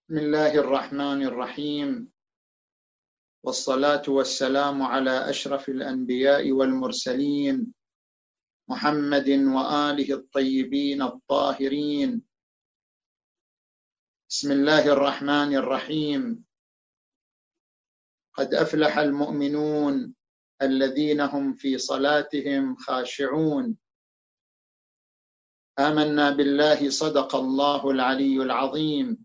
بسم الله الرحمن الرحيم، والصلاة والسلام على أشرف الأنبياء والمرسلين محمد وآله الطيبين الطاهرين. بسم الله الرحمن الرحيم. قد أفلح المؤمنون الذين هم في صلاتهم خاشعون. آمنا بالله، صدق الله العلي العظيم.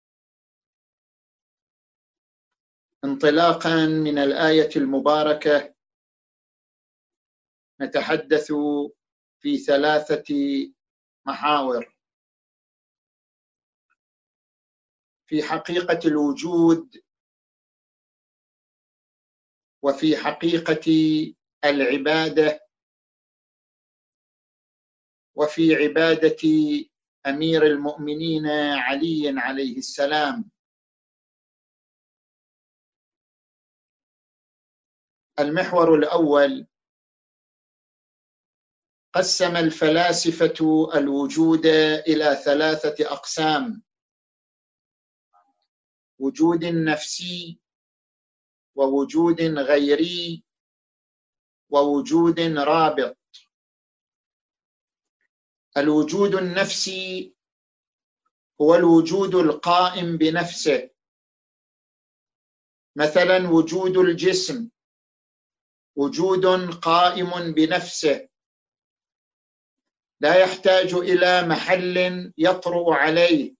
انطلاقا من الآية المباركة نتحدث في 3 محاور: في حقيقة الوجود، وفي حقيقة العبادة، وفي عبادة أمير المؤمنين علي عليه السلام. المحور الأول: قسم الفلاسفة الوجود إلى 3 أقسام: وجود نفسي، ووجود غيري، ووجود رابط. الوجود النفسي هو الوجود القائم بنفسه، مثلا وجود الجسم وجود قائم بنفسه، لا يحتاج إلى محل يطرأ عليه.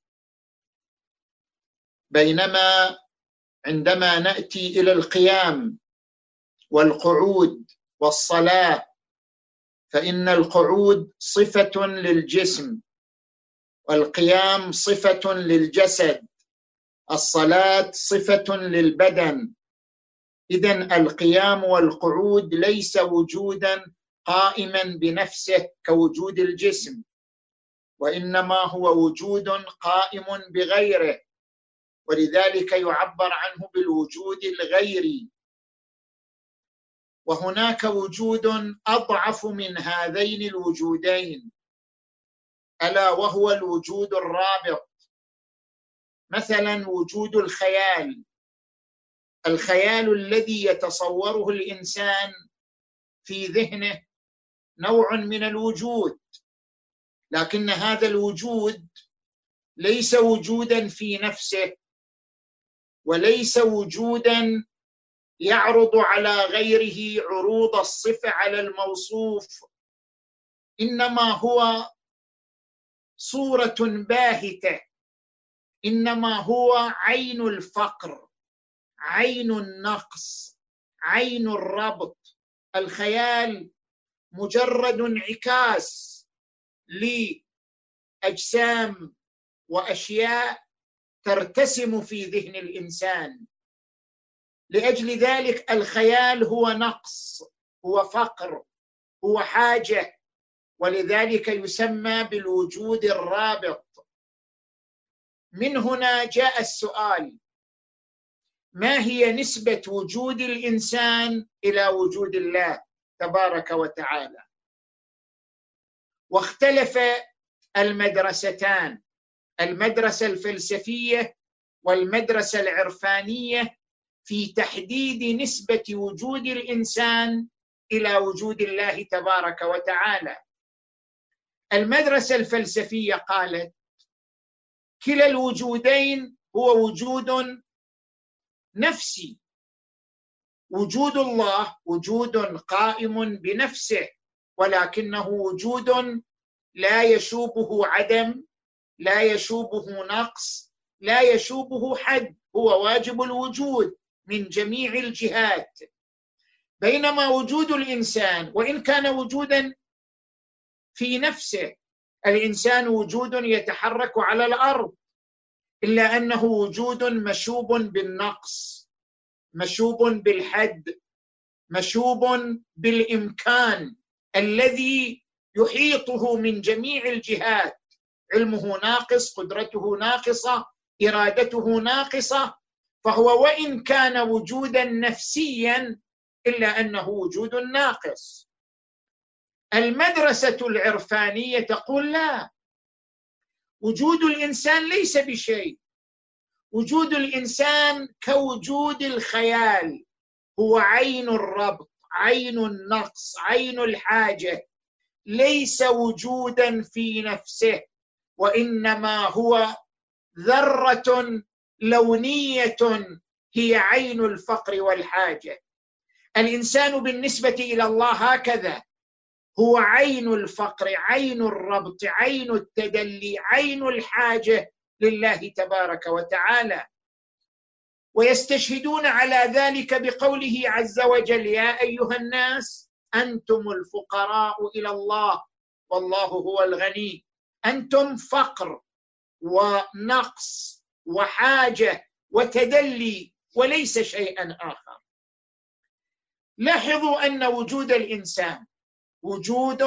بينما عندما نأتي إلى القيام والقعود والصلاة، فإن القعود صفة للجسم، والقيام صفة للجسد، الصلاة صفة للبدن. إذن القيام والقعود ليس وجودا قائما بنفسه كوجود الجسم، وإنما هو وجود قائم بغيره، ولذلك يعبر عنه بالوجود الغيري. وهناك وجود أضعف من هذين الوجودين، ألا وهو الوجود الرابط، مثلا وجود الخيال. الخيال الذي يتصوره الإنسان في ذهنه نوع من الوجود، لكن هذا الوجود ليس وجودا في نفسه، وليس وجودا يعرض على غيره عروض الصفة على الموصوف، إنما هو صورة باهتة، إنما هو عين الفقر، عين النقص، عين الربط. الخيال مجرد انعكاس لأجسام وأشياء ترتسم في ذهن الإنسان. لأجل ذلك الخيال هو نقص، هو فقر، هو حاجة، ولذلك يسمى بالوجود الرابط. من هنا جاء السؤال: ما هي نسبة وجود الإنسان إلى وجود الله تبارك وتعالى؟ واختلف المدرستان، المدرسة الفلسفية والمدرسة العرفانية، في تحديد نسبة وجود الإنسان إلى وجود الله تبارك وتعالى. المدرسة الفلسفية قالت كلا الوجودين هو وجود نفسي. وجود الله وجود قائم بنفسه، ولكنه وجود لا يشوبه عدم، لا يشوبه نقص، لا يشوبه حد، هو واجب الوجود من جميع الجهات. بينما وجود الإنسان وإن كان وجودا في نفسه، الإنسان وجود يتحرك على الأرض، إلا أنه وجود مشوب بالنقص، مشوب بالحد، مشوب بالإمكان الذي يحيطه من جميع الجهات. علمه ناقص، قدرته ناقصة، إرادته ناقصة، فهو وإن كان وجودا نفسيا إلا أنه وجود ناقص. المدرسة العرفانية تقول لا، وجود الإنسان ليس بشيء، وجود الإنسان كوجود الخيال، هو عين الربط، عين النقص، عين الحاجة، ليس وجودا في نفسه، وإنما هو ذرة لونية هي عين الفقر والحاجة. الإنسان بالنسبة إلى الله هكذا، هو عين الفقر، عين الربط، عين التدلي، عين الحاجة لله تبارك وتعالى. ويستشهدون على ذلك بقوله عز وجل: يا أيها الناس أنتم الفقراء إلى الله والله هو الغني. أنتم فقر ونقص وحاجة وتدلي وليس شيئا آخر. لاحظوا أن وجود الإنسان وجود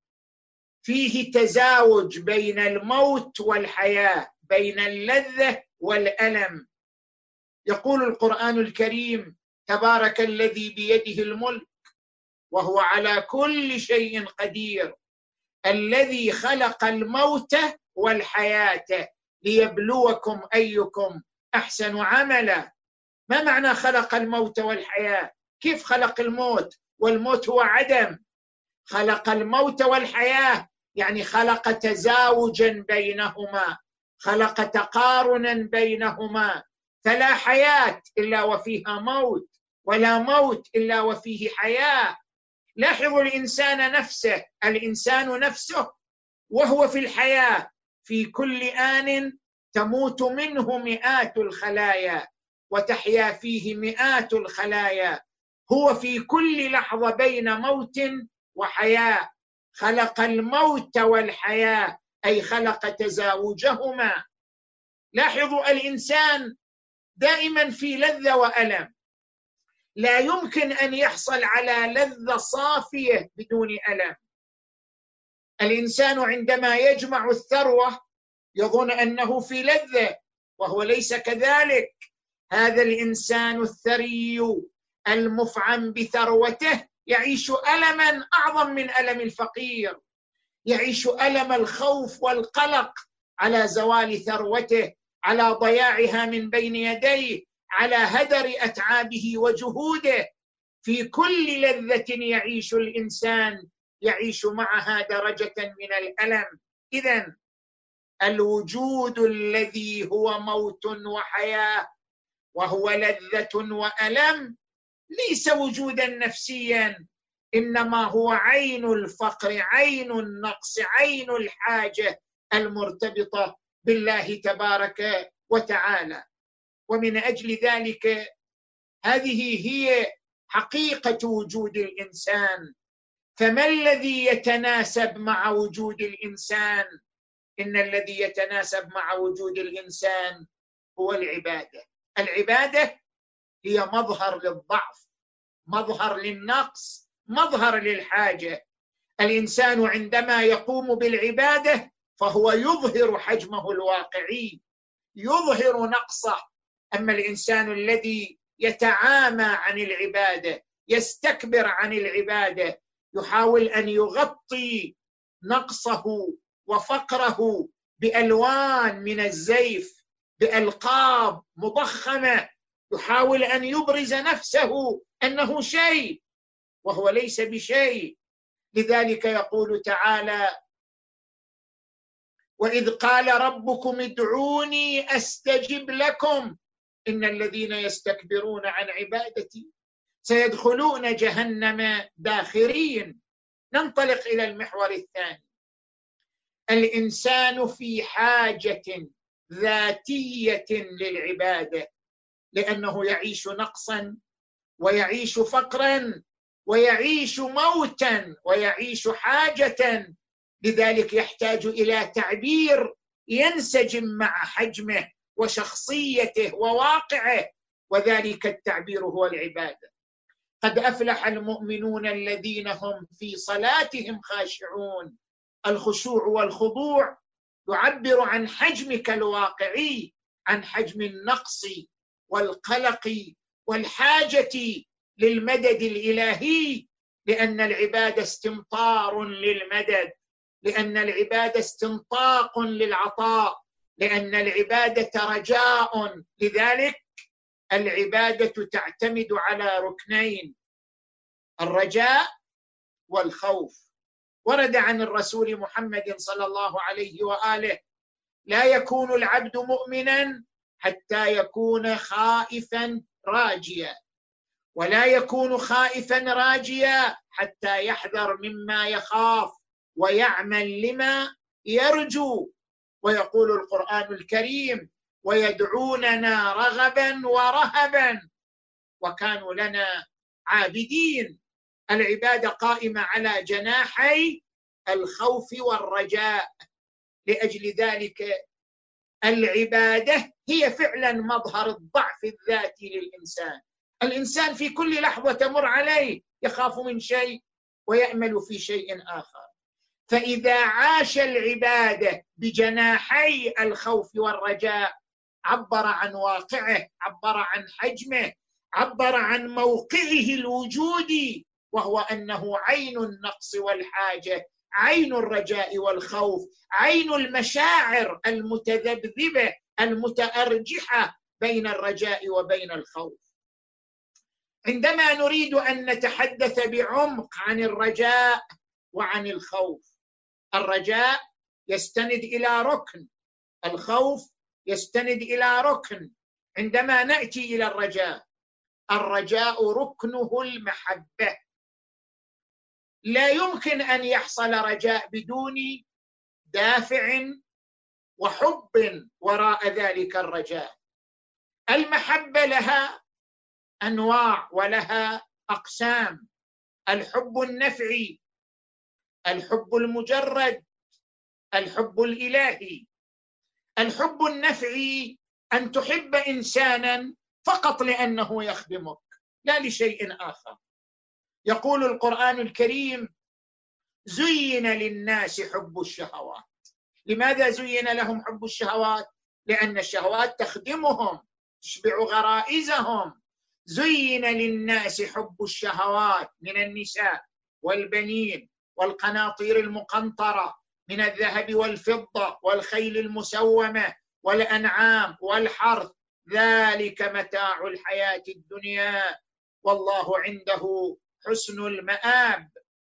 فيه تزاوج بين الموت والحياة، بين اللذة والألم. يقول القرآن الكريم: تبارك الذي بيده الملك وهو على كل شيء قدير، الذي خلق الموت والحياة ليبلوكم أيكم أحسن عملا. ما معنى خلق الموت والحياة؟ كيف خلق الموت والموت هو عدم؟ خلق الموت والحياة يعني خلق تزاوجا بينهما، خلق تقارنا بينهما، فلا حياة إلا وفيها موت، ولا موت إلا وفيه حياة. لاحظوا الإنسان نفسه، الإنسان نفسه وهو في الحياة في كل آن تموت منه مئات الخلايا وتحيا فيه مئات الخلايا، هو في كل لحظة بين موت وحياة. خلق الموت والحياة أي خلق تزاوجهما. لاحظوا الإنسان دائما في لذة وألم، لا يمكن أن يحصل على لذة صافية بدون ألم. الإنسان عندما يجمع الثروة يظن أنه في لذة، وهو ليس كذلك. هذا الإنسان الثري المفعم بثروته يعيش ألما أعظم من ألم الفقير، يعيش ألم الخوف والقلق على زوال ثروته، على ضياعها من بين يديه، على هدر أتعابه وجهوده. في كل لذة يعيش الإنسان يعيش معها درجة من الألم. إذن الوجود الذي هو موت وحياة وهو لذة وألم ليس وجودا نفسيا، إنما هو عين الفقر، عين النقص، عين الحاجة المرتبطة بالله تبارك وتعالى. ومن أجل ذلك هذه هي حقيقة وجود الإنسان. فما الذي يتناسب مع وجود الإنسان؟ إن الذي يتناسب مع وجود الإنسان هو العبادة. العبادة هي مظهر للضعف، مظهر للنقص، مظهر للحاجة. الإنسان عندما يقوم بالعبادة فهو يظهر حجمه الواقعي، يظهر نقصه. أما الإنسان الذي يتعامى عن العبادة، يستكبر عن العبادة، يحاول أن يغطي نقصه وفقره بألوان من الزيف، بألقاب مضخمة، يحاول أن يبرز نفسه أنه شيء وهو ليس بشيء. لذلك يقول تعالى: وإذ قال ربكم ادعوني أستجب لكم إن الذين يستكبرون عن عبادتي سيدخلون جهنم داخرين. ننطلق إلى المحور الثاني. الإنسان في حاجة ذاتية للعبادة، لأنه يعيش نقصا ويعيش فقرا ويعيش موتا ويعيش حاجة. لذلك يحتاج إلى تعبير ينسجم مع حجمه وشخصيته وواقعه، وذلك التعبير هو العبادة. قد أفلح المؤمنون الذين هم في صلاتهم خاشعون. الخشوع والخضوع يعبر عن حجمك الواقعي، عن حجم النقص والقلق والحاجة للمدد الإلهي، لأن العبادة استمطار للمدد، لأن العبادة استنطاق للعطاء، لأن العبادة رجاء، لذلك العبادة تعتمد على ركنين: الرجاء والخوف. ورد عن الرسول محمد صلى الله عليه وآله: لا يكون العبد مؤمنا حتى يكون خائفا راجيا، ولا يكون خائفا راجيا حتى يحذر مما يخاف ويعمل لما يرجو. ويقول القرآن الكريم: ويدعوننا رغبا ورهبا وكانوا لنا عابدين. العبادة قائمة على جناحي الخوف والرجاء. لأجل ذلك العبادة هي فعلا مظهر الضعف الذاتي للإنسان. الإنسان في كل لحظة تمر عليه يخاف من شيء ويأمل في شيء آخر. فإذا عاش العبادة بجناحي الخوف والرجاء عبر عن واقعه، عبر عن حجمه، عبر عن موقعه الوجودي، وهو أنه عين النقص والحاجة، عين الرجاء والخوف، عين المشاعر المتذبذبة المتأرجحة بين الرجاء وبين الخوف. عندما نريد أن نتحدث بعمق عن الرجاء وعن الخوف، الرجاء يستند إلى ركن، الخوف يستند إلى ركن. عندما نأتي إلى الرجاء ركنه المحبة. لا يمكن أن يحصل رجاء بدون دافع وحب وراء ذلك الرجاء. المحبة لها أنواع ولها أقسام: الحب النفعي، الحب المجرد، الحب الإلهي. الحب النفعي أن تحب إنسانا فقط لأنه يخدمك، لا لشيء آخر. يقول القرآن الكريم: زين للناس حب الشهوات. لماذا زين لهم حب الشهوات؟ لأن الشهوات تخدمهم، تشبع غرائزهم. زين للناس حب الشهوات من النساء والبنين والقناطير المقنطرة من الذهب والفضة والخيل المسومة والأنعام والحرث، ذلك متاع الحياة الدنيا والله عنده حسن المآب.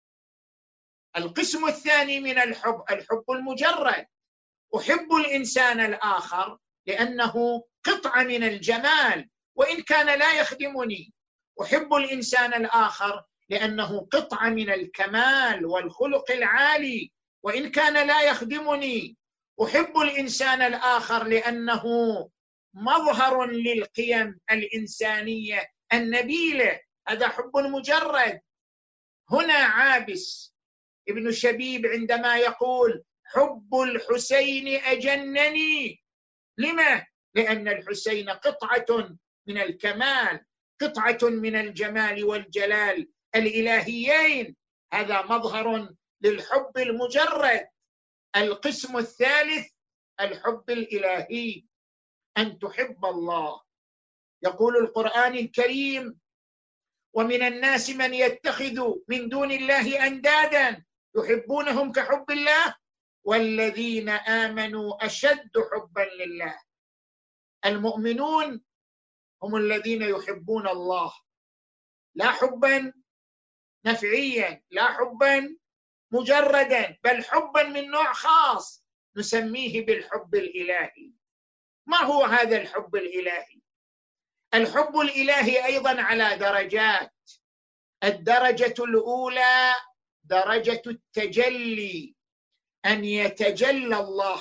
القسم الثاني من الحب المجرد: أحب الإنسان الآخر لأنه قطعة من الجمال وإن كان لا يخدمني. أحب الإنسان الآخر لأنه قطعة من الكمال والخلق العالي وإن كان لا يخدمني. أحب الإنسان الآخر لأنه مظهر للقيم الإنسانية النبيلة، هذا حب مجرد. هنا عابس ابن شبيب عندما يقول: حب الحسين أجنني. لما؟ لأن الحسين قطعة من الكمال، قطعة من الجمال والجلال الإلهيين، هذا مظهر للحب المجرد. القسم الثالث الحب الإلهي، أن تحب الله. يقول القرآن الكريم: ومن الناس من يتخذ من دون الله أندادا يحبونهم كحب الله والذين آمنوا أشد حبا لله. المؤمنون هم الذين يحبون الله، لا حبا نفعيا، لا حبا مجردا، بل حبا من نوع خاص نسميه بالحب الإلهي. ما هو هذا الحب الإلهي؟ الحب الإلهي أيضا على درجات. الدرجة الأولى درجة التجلي، أن يتجلى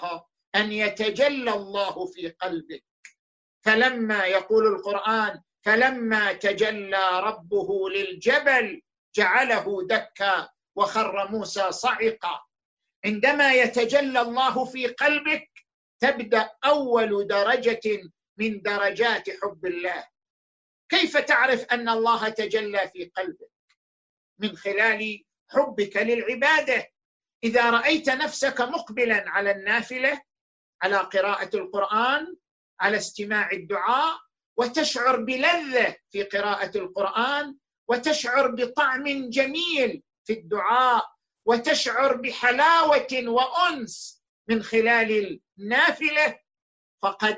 الله في قلبك. فلما يقول القرآن: فلما تجلى ربه للجبل جعله دكا وخر موسى صعقا. عندما يتجلى الله في قلبك تبدأ أول درجة من درجات حب الله. كيف تعرف أن الله تجلى في قلبك؟ من خلال حبك للعبادة. إذا رأيت نفسك مقبلا على النافلة، على قراءة القرآن، على استماع الدعاء، وتشعر بلذة في قراءة القرآن، وتشعر بطعم جميل في الدعاء، وتشعر بحلاوة وأنس من خلال النافلة، فقد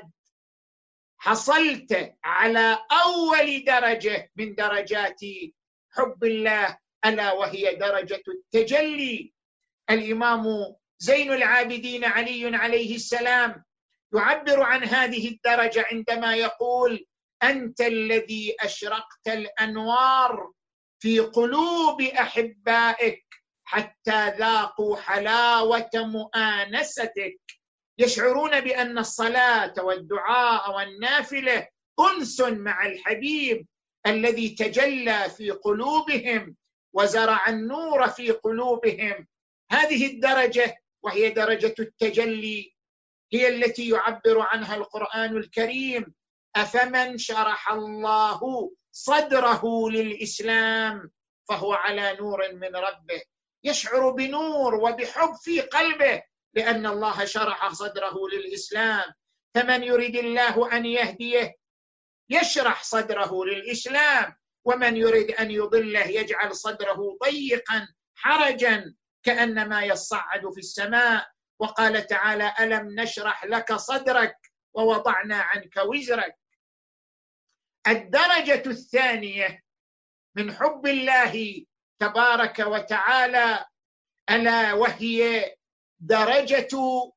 حصلت على أول درجة من درجات حب الله، ألا وهي درجة التجلي. الإمام زين العابدين علي عليه السلام يعبر عن هذه الدرجة عندما يقول: أنت الذي أشرقت الأنوار في قلوب أحبائك حتى ذاقوا حلاوة مؤانستك. يشعرون بأن الصلاة والدعاء والنافلة أنس مع الحبيب الذي تجلى في قلوبهم وزرع النور في قلوبهم. هذه الدرجة وهي درجة التجلي هي التي يعبر عنها القرآن الكريم: أفمن شرح الله صدره للإسلام فهو على نور من ربه. يشعر بنور وبحب في قلبه لأن الله شرح صدره للإسلام. فمن يريد الله أن يهديه يشرح صدره للإسلام، ومن يريد أن يضله يجعل صدره ضيقا حرجا كأنما يصعد في السماء. وقال تعالى: ألم نشرح لك صدرك ووضعنا عنك وزرك. الدرجة الثانية من حب الله تبارك وتعالى ألا وهي درجة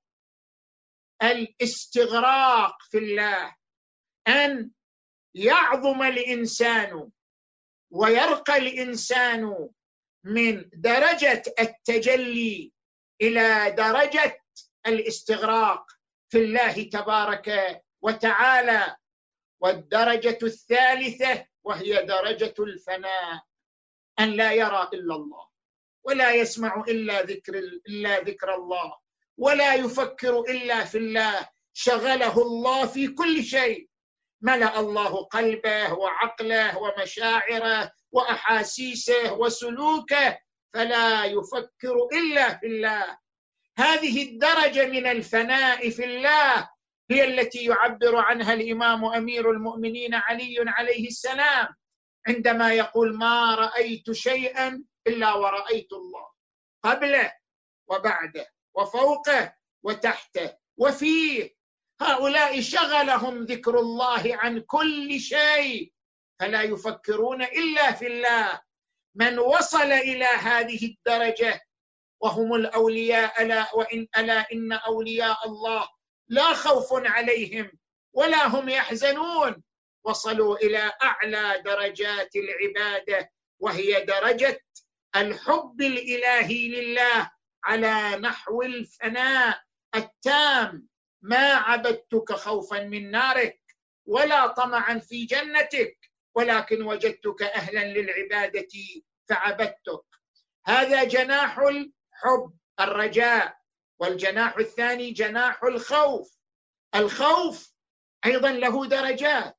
الاستغراق في الله، أن يعظم الإنسان ويرقى الإنسان من درجة التجلي إلى درجة الاستغراق في الله تبارك وتعالى. والدرجة الثالثة وهي درجة الفناء، أن لا يرى إلا الله ولا يسمع إلا ذكر الله ولا يفكر إلا في الله. شغله الله في كل شيء، ملأ الله قلبه وعقله ومشاعره وأحاسيسه وسلوكه، فلا يفكر إلا في الله. هذه الدرجة من الفناء في الله هي التي يعبر عنها الإمام أمير المؤمنين علي عليه السلام عندما يقول: ما رأيت شيئا إلا ورأيت الله قبله وبعده وفوقه وتحته وفيه. هؤلاء شغلهم ذكر الله عن كل شيء فلا يفكرون إلا في الله. من وصل إلى هذه الدرجة وهم الأولياء، ألا إن أولياء الله لا خوف عليهم ولا هم يحزنون، وصلوا إلى أعلى درجات العبادة وهي درجة الحب الإلهي لله على نحو الفناء التام. ما عبدتك خوفا من نارك ولا طمعا في جنتك ولكن وجدتك أهلا للعبادة فعبدتك. هذا جناح الحب الرجاء. والجناح الثاني جناح الخوف. الخوف أيضا له درجات.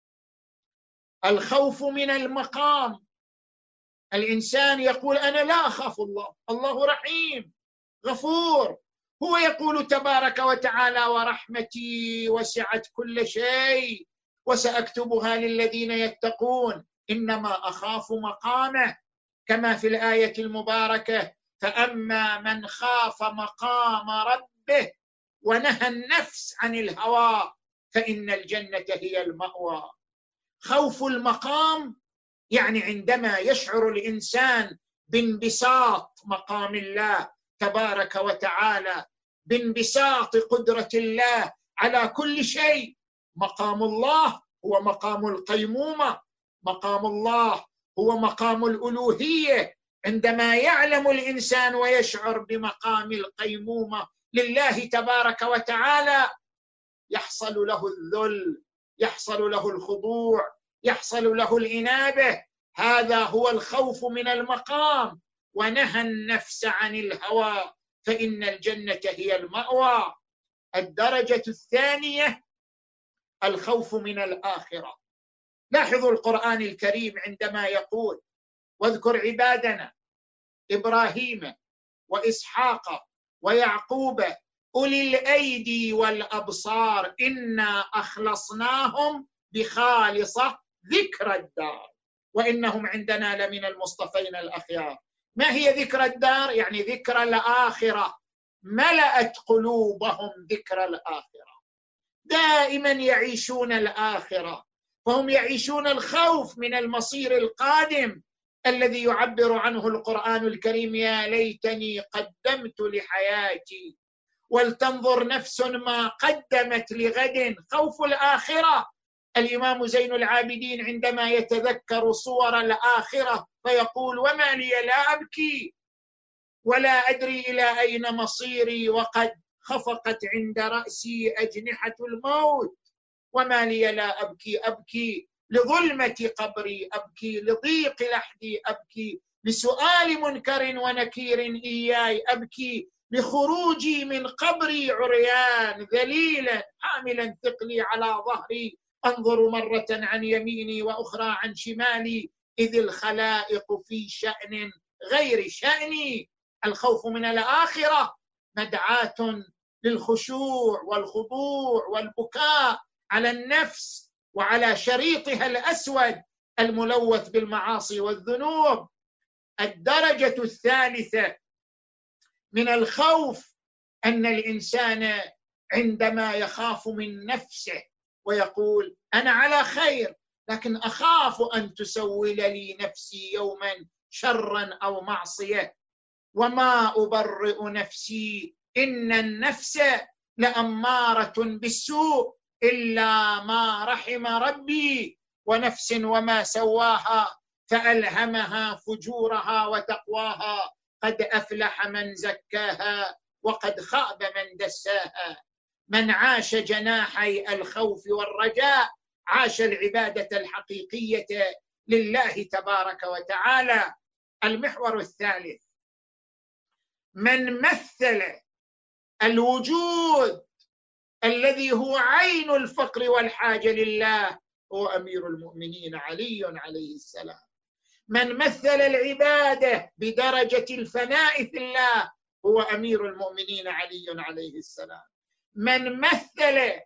الخوف من المقام، الإنسان يقول: أنا لا أخاف الله، الله رحيم غفور. هو يقول تبارك وتعالى: ورحمتي وسعت كل شيء وسأكتبها للذين يتقون إنما أخاف مقامه. كما في الآية المباركة: فأما من خاف مقام ربه ونهى النفس عن الهوى فإن الجنة هي المأوى. خوف المقام يعني عندما يشعر الإنسان بانبساط مقام الله تبارك وتعالى، بانبساط قدرة الله على كل شيء. مقام الله هو مقام القيمومة، مقام الله هو مقام الألوهية. عندما يعلم الإنسان ويشعر بمقام القيمومة لله تبارك وتعالى يحصل له الذل، يحصل له الخضوع، يحصل له الإنابة. هذا هو الخوف من المقام. ونهى النفس عن الهوى فإن الجنة هي المأوى. الدرجة الثانية الخوف من الآخرة. لاحظوا القرآن الكريم عندما يقول: واذكر عبادنا إبراهيم وإسحاق ويعقوب أولي الأيدي والأبصار إنا أخلصناهم بخالصة ذكر الدار وإنهم عندنا لمن المصطفين الأخيار. ما هي ذكر الدار؟ يعني ذكر الآخرة. ملأت قلوبهم ذكر الآخرة. دائما يعيشون الآخرة، فهم يعيشون الخوف من المصير القادم الذي يعبر عنه القرآن الكريم: يا ليتني قدمت لحياتي ولتنظر نفس ما قدمت لغد. خوف الآخرة. الإمام زين العابدين عندما يتذكر صور الآخرة فيقول: وما لي لا أبكي ولا أدري إلى أين مصيري وقد خفقت عند رأسي أجنحة الموت. وما لي لا أبكي، أبكي لظلمة قبري، أبكي لضيق لحدي، أبكي لسؤال منكر ونكير إياي، أبكي لخروجي من قبري عريان ذليلا حاملا ثقلي على ظهري، أنظر مرة عن يميني وأخرى عن شمالي، إذ الخلائق في شأن غير شأني. الخوف من الآخرة مدعاة للخشوع والخضوع والبكاء على النفس وعلى شريطها الأسود الملوث بالمعاصي والذنوب. الدرجة الثالثة من الخوف أن الإنسان عندما يخاف من نفسه ويقول: أنا على خير، لكن أخاف أن تسول لي نفسي يوما شرا أو معصية، وما أبرئ نفسي إن النفس لأمارة بالسوء إلا ما رحم ربي، ونفس وما سواها فألهمها فجورها وتقواها، قد أفلح من زكاها وقد خاب من دساها. من عاش جناحي الخوف والرجاء عاش العبادة الحقيقية لله تبارك وتعالى. المحور الثالث: من مثل الوجود الذي هو عين الفقر والحاجة لله هو أمير المؤمنين علي عليه السلام. من مثل العبادة بدرجة الفناء في الله هو أمير المؤمنين علي عليه السلام. من مثل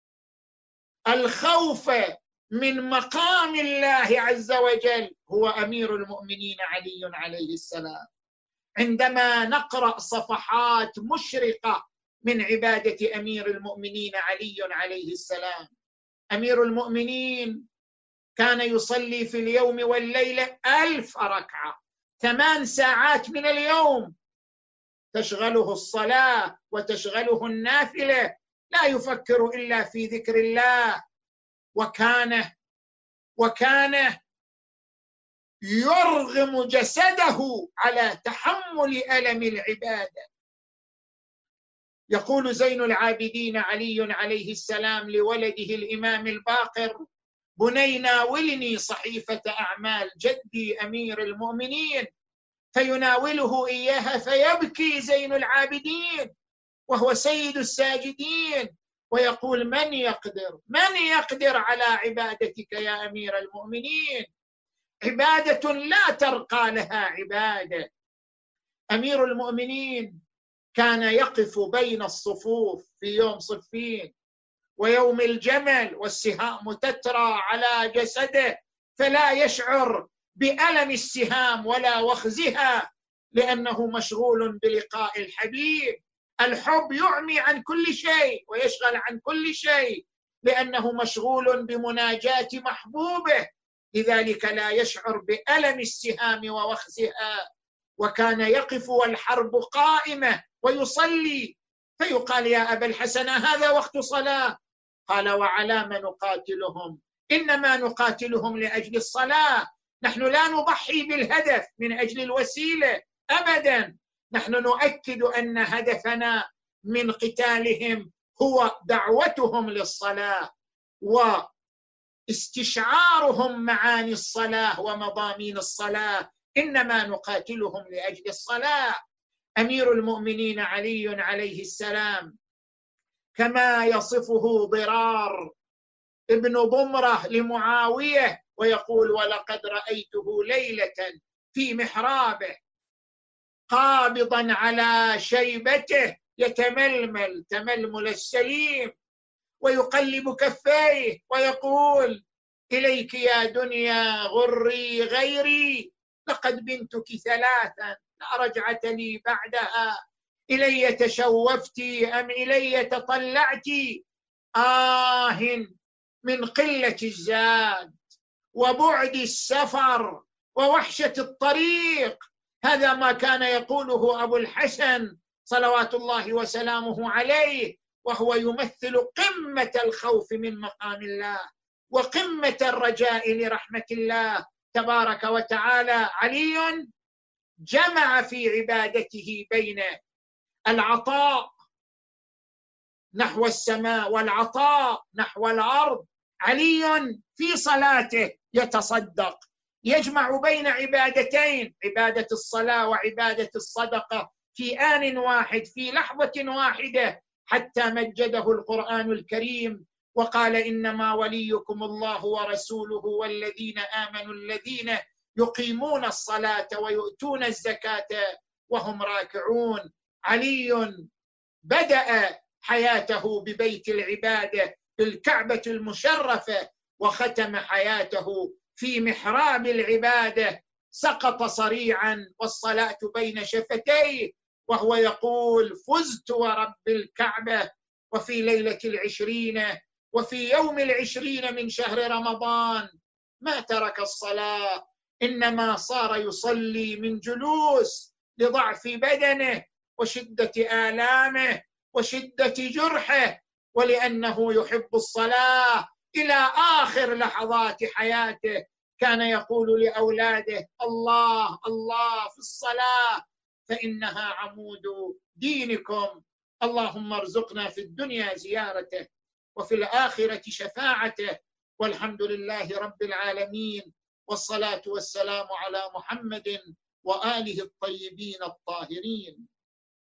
الخوف من مقام الله عز وجل هو أمير المؤمنين علي عليه السلام. عندما نقرأ صفحات مشرقة من عبادة أمير المؤمنين علي عليه السلام: أمير المؤمنين كان يصلي في اليوم والليلة 1000 ركعة، 8 ساعات من اليوم تشغله الصلاة وتشغله النافلة، لا يفكر إلا في ذكر الله. وكان يرغم جسده على تحمل ألم العبادة. يقول زين العابدين علي عليه السلام لولده الإمام الباقر: بني ناولني صحيفة أعمال جدي أمير المؤمنين. فيناوله إياها فيبكي زين العابدين وهو سيد الساجدين ويقول: من يقدر على عبادتك يا أمير المؤمنين؟ عبادة لا ترقى لها عبادة. أمير المؤمنين كان يقف بين الصفوف في يوم صفين ويوم الجمل والسهام تترى على جسده، فلا يشعر بألم السهام ولا وخزها لأنه مشغول بلقاء الحبيب. الحب يعمي عن كل شيء ويشغل عن كل شيء لأنه مشغول بمناجاة محبوبه، لذلك لا يشعر بألم السهام ووخزها. وكان يقف والحرب قائمة ويصلي، فيقال: يا أبا الحسن هذا وقت صلاة. قال: وعلى ما نقاتلهم؟ إنما نقاتلهم لأجل الصلاة، نحن لا نضحي بالهدف من أجل الوسيلة أبدا، نحن نؤكد أن هدفنا من قتالهم هو دعوتهم للصلاة واستشعارهم معاني الصلاة ومضامين الصلاة، إنما نقاتلهم لأجل الصلاة. أمير المؤمنين علي عليه السلام كما يصفه ضرار ابن ضمرة لمعاوية ويقول: ولقد رأيته ليلة في محرابه قابضا على شيبته يتململ تململ السليم ويقلب كفيه ويقول: إليك يا دنيا غري غيري، لقد بنتك 3 لا رجعة لي بعدها، إلي تشوفتي أم إلي تطلعتي؟ من قلة الزاد وبعد السفر ووحشة الطريق. هذا ما كان يقوله أبو الحسن صلوات الله وسلامه عليه، وهو يمثل قمة الخوف من مقام الله وقمة الرجاء لرحمة الله تبارك وتعالى. علي جمع في عبادته بين العطاء نحو السماء والعطاء نحو الأرض. علي في صلاته يتصدق، يجمع بين عبادتين، عبادة الصلاة وعبادة الصدقة في آن واحد، في لحظة واحدة، حتى مجده القرآن الكريم وقال: إنما وليكم الله ورسوله والذين آمنوا الذين يقيمون الصلاة ويؤتون الزكاة وهم راكعون. علي بدأ حياته ببيت العبادة بالكعبة المشرفة، وختم حياته في محراب العبادة، سقط صريعا والصلاة بين شفتيه وهو يقول: فزت ورب الكعبة. وفي ليلة 20 وفي يوم 20 من شهر رمضان ما ترك الصلاة، إنما صار يصلي من جلوس لضعف بدنه وشدة آلامه وشدة جرحه، ولأنه يحب الصلاة إلى آخر لحظات حياته. كان يقول لأولاده: الله الله في الصلاة فإنها عمود دينكم. اللهم ارزقنا في الدنيا زيارته وفي الآخرة شفاعته، والحمد لله رب العالمين، والصلاة والسلام على محمد وآله الطيبين الطاهرين.